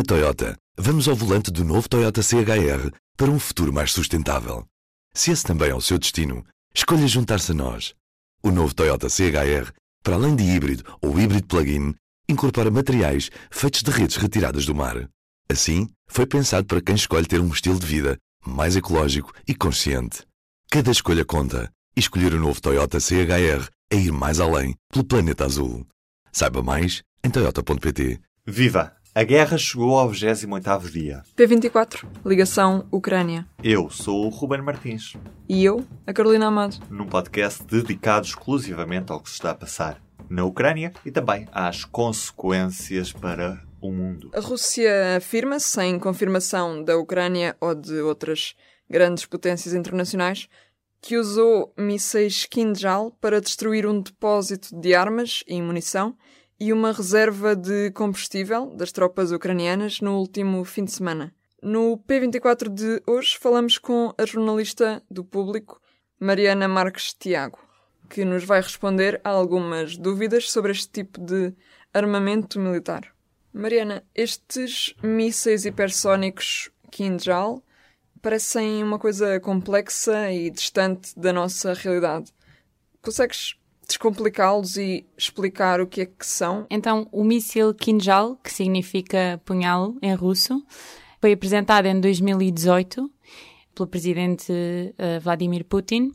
Na Toyota, vamos ao volante do novo Toyota CHR para um futuro mais sustentável. Se esse também é o seu destino, escolha juntar-se a nós. O novo Toyota CHR, para além de híbrido ou híbrido plug-in, incorpora materiais feitos de redes retiradas do mar. Assim, foi pensado para quem escolhe ter um estilo de vida mais ecológico e consciente. Cada escolha conta, e escolher o novo Toyota CHR é ir mais além pelo planeta azul. Saiba mais em toyota.pt. Viva! A guerra chegou ao 28º dia. P24, ligação Ucrânia. Eu sou o Ruben Martins. E eu, a Carolina Amado. Num podcast dedicado exclusivamente ao que se está a passar na Ucrânia e também às consequências para o mundo. A Rússia afirma, sem confirmação da Ucrânia ou de outras grandes potências internacionais, que usou mísseis Kinjal para destruir um depósito de armas e munição e uma reserva de combustível das tropas ucranianas no último fim de semana. No P24 de hoje falamos com a jornalista do Público, Mariana Marques Tiago, que nos vai responder a algumas dúvidas sobre este tipo de armamento militar. Mariana, estes mísseis hipersónicos Kinjal parecem uma coisa complexa e distante da nossa realidade. Consegues descomplicá-los e explicar o que é que são? Então, o míssil Kinjal, que significa punhal em russo, foi apresentado em 2018 pelo presidente Vladimir Putin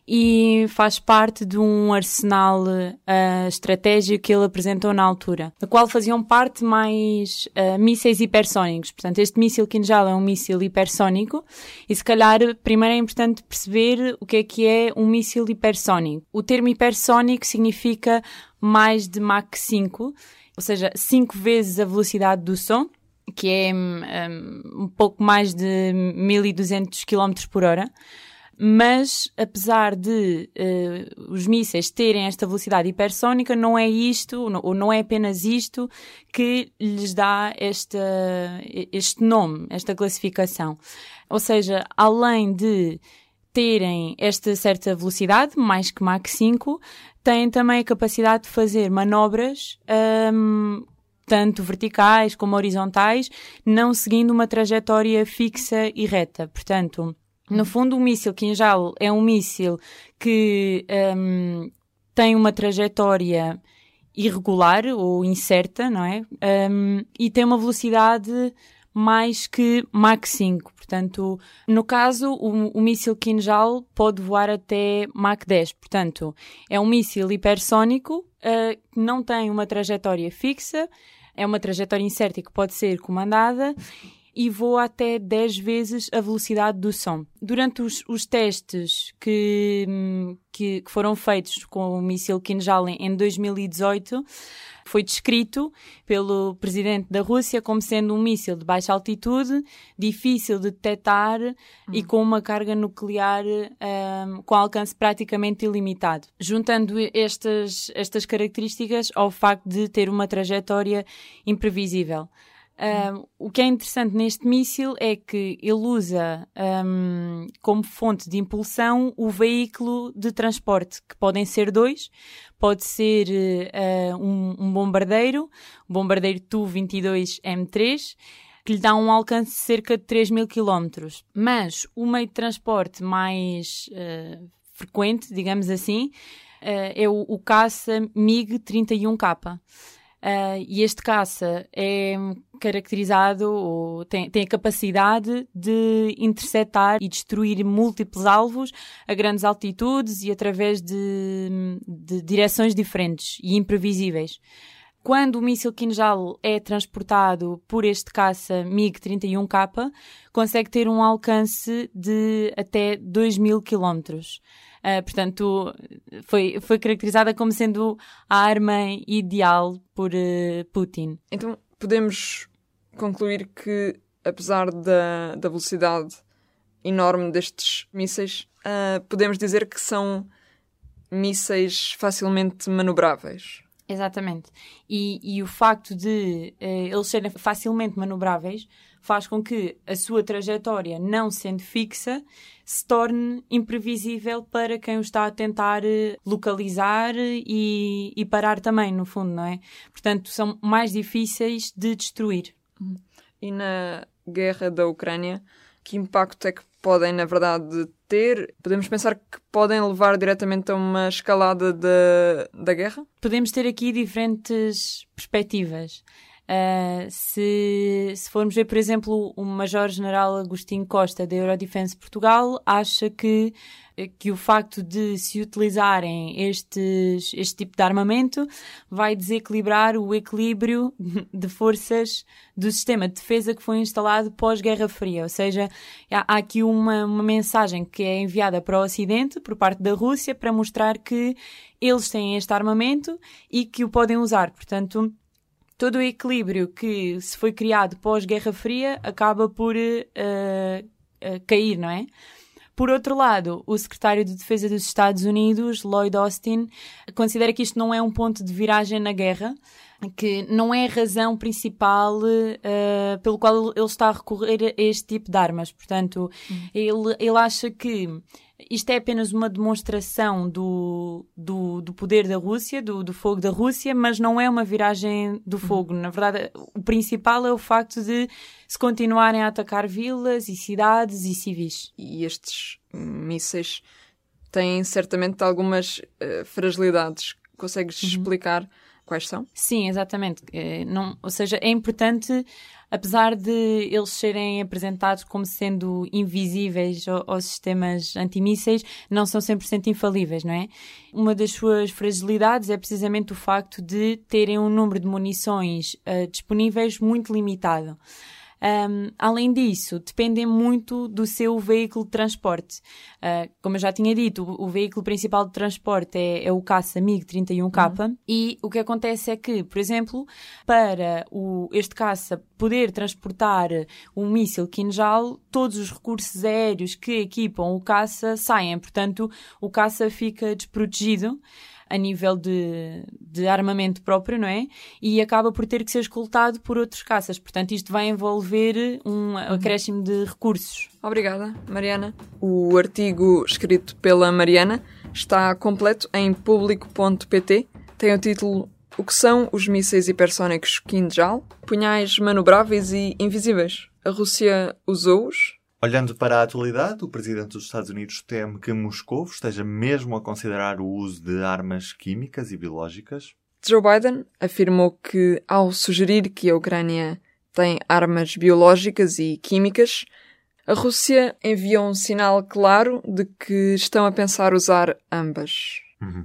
e faz parte de um arsenal estratégico que ele apresentou na altura, da qual faziam parte mais mísseis hipersónicos. Portanto, este míssil Kinjal é um míssil hipersónico e, se calhar, primeiro é importante perceber o que é um míssil hipersónico. O termo hipersónico significa mais de Mach 5, ou seja, 5 vezes a velocidade do som, que é um pouco mais de 1.200 km por hora. Mas, apesar de os mísseis terem esta velocidade hipersónica, não é isto, ou não é apenas isto, que lhes dá este nome, esta classificação. Ou seja, além de terem esta certa velocidade, mais que Mach 5, têm também a capacidade de fazer manobras tanto verticais como horizontais, não seguindo uma trajetória fixa e reta. Portanto, no fundo, o míssil Kinjal é um míssil que tem uma trajetória irregular ou incerta, não é? E tem uma velocidade mais que Mach 5. Portanto, no caso, o míssil Kinjal pode voar até Mach 10. Portanto, é um míssil hipersónico que não tem uma trajetória fixa, é uma trajetória incerta e que pode ser comandada e voa até 10 vezes a velocidade do som. Durante os testes que foram feitos com o míssil Kinjal em 2018, foi descrito pelo presidente da Rússia como sendo um míssil de baixa altitude, difícil de detectar e com uma carga nuclear com alcance praticamente ilimitado. Juntando estas características ao facto de ter uma trajetória imprevisível. O que é interessante neste míssil é que ele usa como fonte de impulsão o veículo de transporte, que podem ser dois. Pode ser um bombardeiro, o bombardeiro Tu-22M3, que lhe dá um alcance de cerca de 3.000 km. Mas o meio de transporte mais frequente, digamos assim, é o caça MiG-31K. E este caça é caracterizado, ou tem a capacidade de interceptar e destruir múltiplos alvos a grandes altitudes e através de direções diferentes e imprevisíveis. Quando o míssil Kinjal é transportado por este caça MiG-31K, consegue ter um alcance de até 2.000 km. Portanto, foi caracterizada como sendo a arma ideal por Putin. Então, podemos concluir que, apesar da velocidade enorme destes mísseis, podemos dizer que são mísseis facilmente manobráveis. Exatamente. E o facto de eles serem facilmente manobráveis faz com que a sua trajetória, não sendo fixa, se torne imprevisível para quem o está a tentar localizar e parar também, no fundo, não é? Portanto, são mais difíceis de destruir. E na guerra da Ucrânia, que impacto é que podem, na verdade, ter? Podemos pensar que podem levar diretamente a uma escalada da guerra? Podemos ter aqui diferentes perspectivas. Se formos ver, por exemplo, o Major-General Agostinho Costa, da Eurodefense Portugal, acha que o facto de se utilizarem este tipo de armamento vai desequilibrar o equilíbrio de forças do sistema de defesa que foi instalado pós-Guerra Fria. Ou seja, há aqui uma mensagem que é enviada para o Ocidente, por parte da Rússia, para mostrar que eles têm este armamento e que o podem usar. Portanto, todo o equilíbrio que se foi criado pós-Guerra Fria acaba por cair, não é? Por outro lado, o secretário de Defesa dos Estados Unidos, Lloyd Austin, considera que isto não é um ponto de viragem na guerra, que não é a razão principal pelo qual ele está a recorrer a este tipo de armas. Portanto, ele acha que isto é apenas uma demonstração do poder da Rússia, do fogo da Rússia, mas não é uma viragem do fogo. Na verdade, o principal é o facto de se continuarem a atacar vilas e cidades e civis. E estes mísseis têm certamente algumas fragilidades. Consegues explicar quais são? Sim, exatamente. Ou seja, é importante, apesar de eles serem apresentados como sendo invisíveis aos sistemas antimísseis, não são 100% infalíveis, não é? Uma das suas fragilidades é precisamente o facto de terem um número de munições disponíveis muito limitado. Além disso, dependem muito do seu veículo de transporte. Como eu já tinha dito, o veículo principal de transporte é o caça MiG-31K e o que acontece é que, por exemplo, para este caça poder transportar um míssil Kinjal, todos os recursos aéreos que equipam o caça saem. Portanto, o caça fica desprotegido a nível de armamento próprio, não é? E acaba por ter que ser escoltado por outros caças. Portanto, isto vai envolver um acréscimo de recursos. Obrigada, Mariana. O artigo escrito pela Mariana está completo em público.pt. Tem o título O que são os mísseis hipersónicos Kinjal? Punhais manobráveis e invisíveis. A Rússia usou-os? Olhando para a atualidade, o presidente dos Estados Unidos teme que Moscou esteja mesmo a considerar o uso de armas químicas e biológicas. Joe Biden afirmou que, ao sugerir que a Ucrânia tem armas biológicas e químicas, a Rússia enviou um sinal claro de que estão a pensar usar ambas.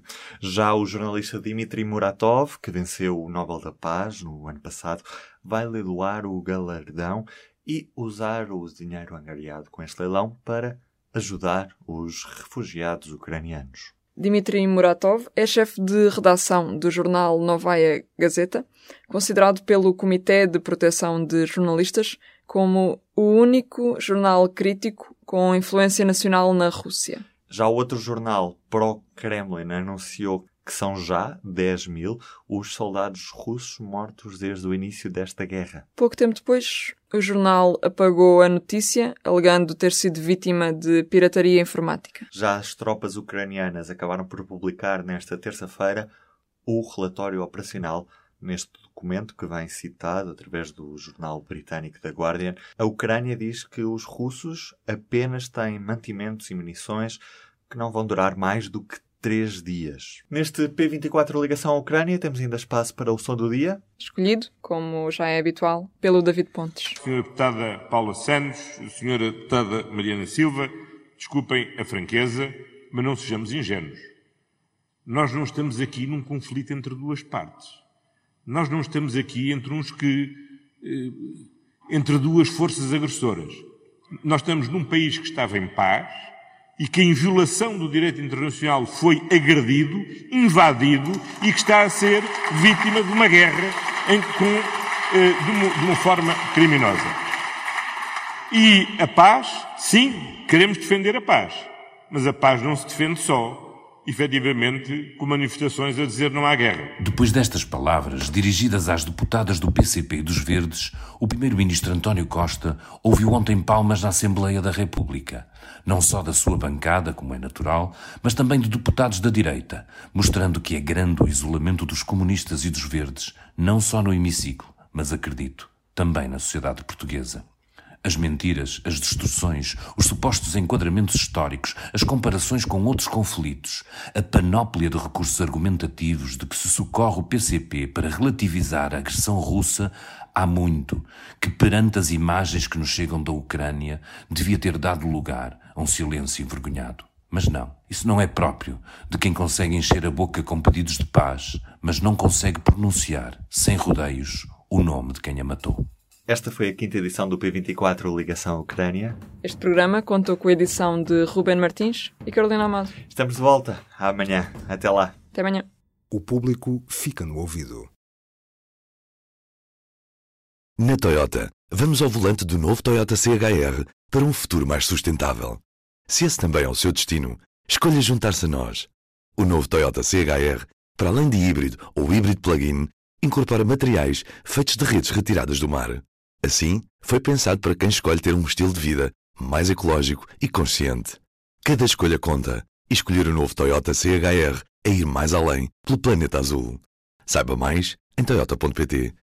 Já o jornalista Dmitry Muratov, que venceu o Nobel da Paz no ano passado, vai leiloar o galardão e usar o dinheiro angariado com este leilão para ajudar os refugiados ucranianos. Dmitry Muratov é chefe de redação do jornal Novaya Gazeta, considerado pelo Comitê de Proteção de Jornalistas como o único jornal crítico com influência nacional na Rússia. Já o outro jornal, pró-Kremlin, anunciou que são já 10.000 os soldados russos mortos desde o início desta guerra. Pouco tempo depois, o jornal apagou a notícia, alegando ter sido vítima de pirataria informática. Já as tropas ucranianas acabaram por publicar nesta terça-feira o relatório operacional. Neste documento, que vem citado através do jornal britânico The Guardian, a Ucrânia diz que os russos apenas têm mantimentos e munições que não vão durar mais do que 3 dias. Neste P24 Ligação à Ucrânia, temos ainda espaço para o som do dia. Escolhido, como já é habitual, pelo David Pontes. Senhora Deputada Paula Santos, Senhora Deputada Mariana Silva, desculpem a franqueza, mas não sejamos ingênuos. Nós não estamos aqui num conflito entre duas partes. Nós não estamos aqui entre duas forças agressoras. Nós estamos num país que estava em paz e que, em violação do direito internacional, foi agredido, invadido e que está a ser vítima de uma guerra de uma forma criminosa. E a paz, sim, queremos defender a paz, mas a paz não se defende só, efetivamente, com manifestações a dizer não há guerra. Depois destas palavras, dirigidas às deputadas do PCP e dos Verdes, o primeiro-ministro António Costa ouviu ontem palmas na Assembleia da República, não só da sua bancada, como é natural, mas também de deputados da direita, mostrando que é grande o isolamento dos comunistas e dos Verdes, não só no hemiciclo, mas, acredito, também na sociedade portuguesa. As mentiras, as distorções, os supostos enquadramentos históricos, as comparações com outros conflitos, a panóplia de recursos argumentativos de que se socorre o PCP para relativizar a agressão russa, há muito que, perante as imagens que nos chegam da Ucrânia, devia ter dado lugar a um silêncio envergonhado. Mas não, isso não é próprio de quem consegue encher a boca com pedidos de paz, mas não consegue pronunciar, sem rodeios, o nome de quem a matou. Esta foi a 5ª edição do P24 Ligação Ucrânia. Este programa contou com a edição de Ruben Martins e Carolina Amado. Estamos de volta amanhã. Até lá. Até amanhã. O público fica no ouvido. Na Toyota, vamos ao volante do novo Toyota CHR para um futuro mais sustentável. Se esse também é o seu destino, escolha juntar-se a nós. O novo Toyota CHR, para além de híbrido ou híbrido plug-in, incorpora materiais feitos de redes retiradas do mar. Assim, foi pensado para quem escolhe ter um estilo de vida mais ecológico e consciente. Cada escolha conta, e escolher o novo Toyota CHR é ir mais além pelo planeta azul. Saiba mais em toyota.pt.